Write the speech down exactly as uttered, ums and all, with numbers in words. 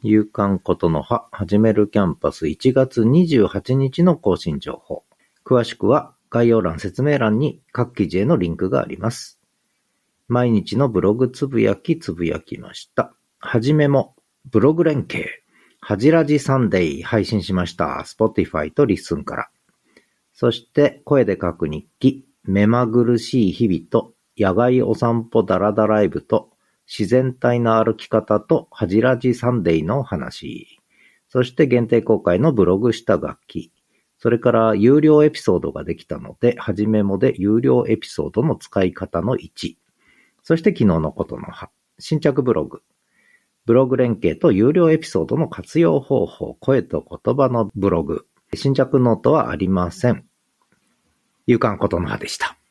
夕刊ことの葉始めるキャンパスいちがつにじゅうはちにちの更新情報。詳しくは概要欄説明欄に各記事へのリンクがあります。毎日のブログつぶやきつぶやきました。はじめもブログ連携はじらじサンデー配信しました。Spotify とリッスンから。そして声で書く日記、目まぐるしい日々と野外お散歩ダラダライブと自然体の歩き方とはじらじサンデーの話。そして限定公開のブログ下書き。それから有料エピソードができたので、はじめもで有料エピソードの使い方のいち。そして昨日のことの葉。新着ブログ。ブログ連携と有料エピソードの活用方法。声と言葉のブログ。新着ノートはありません。夕刊ことの葉でした。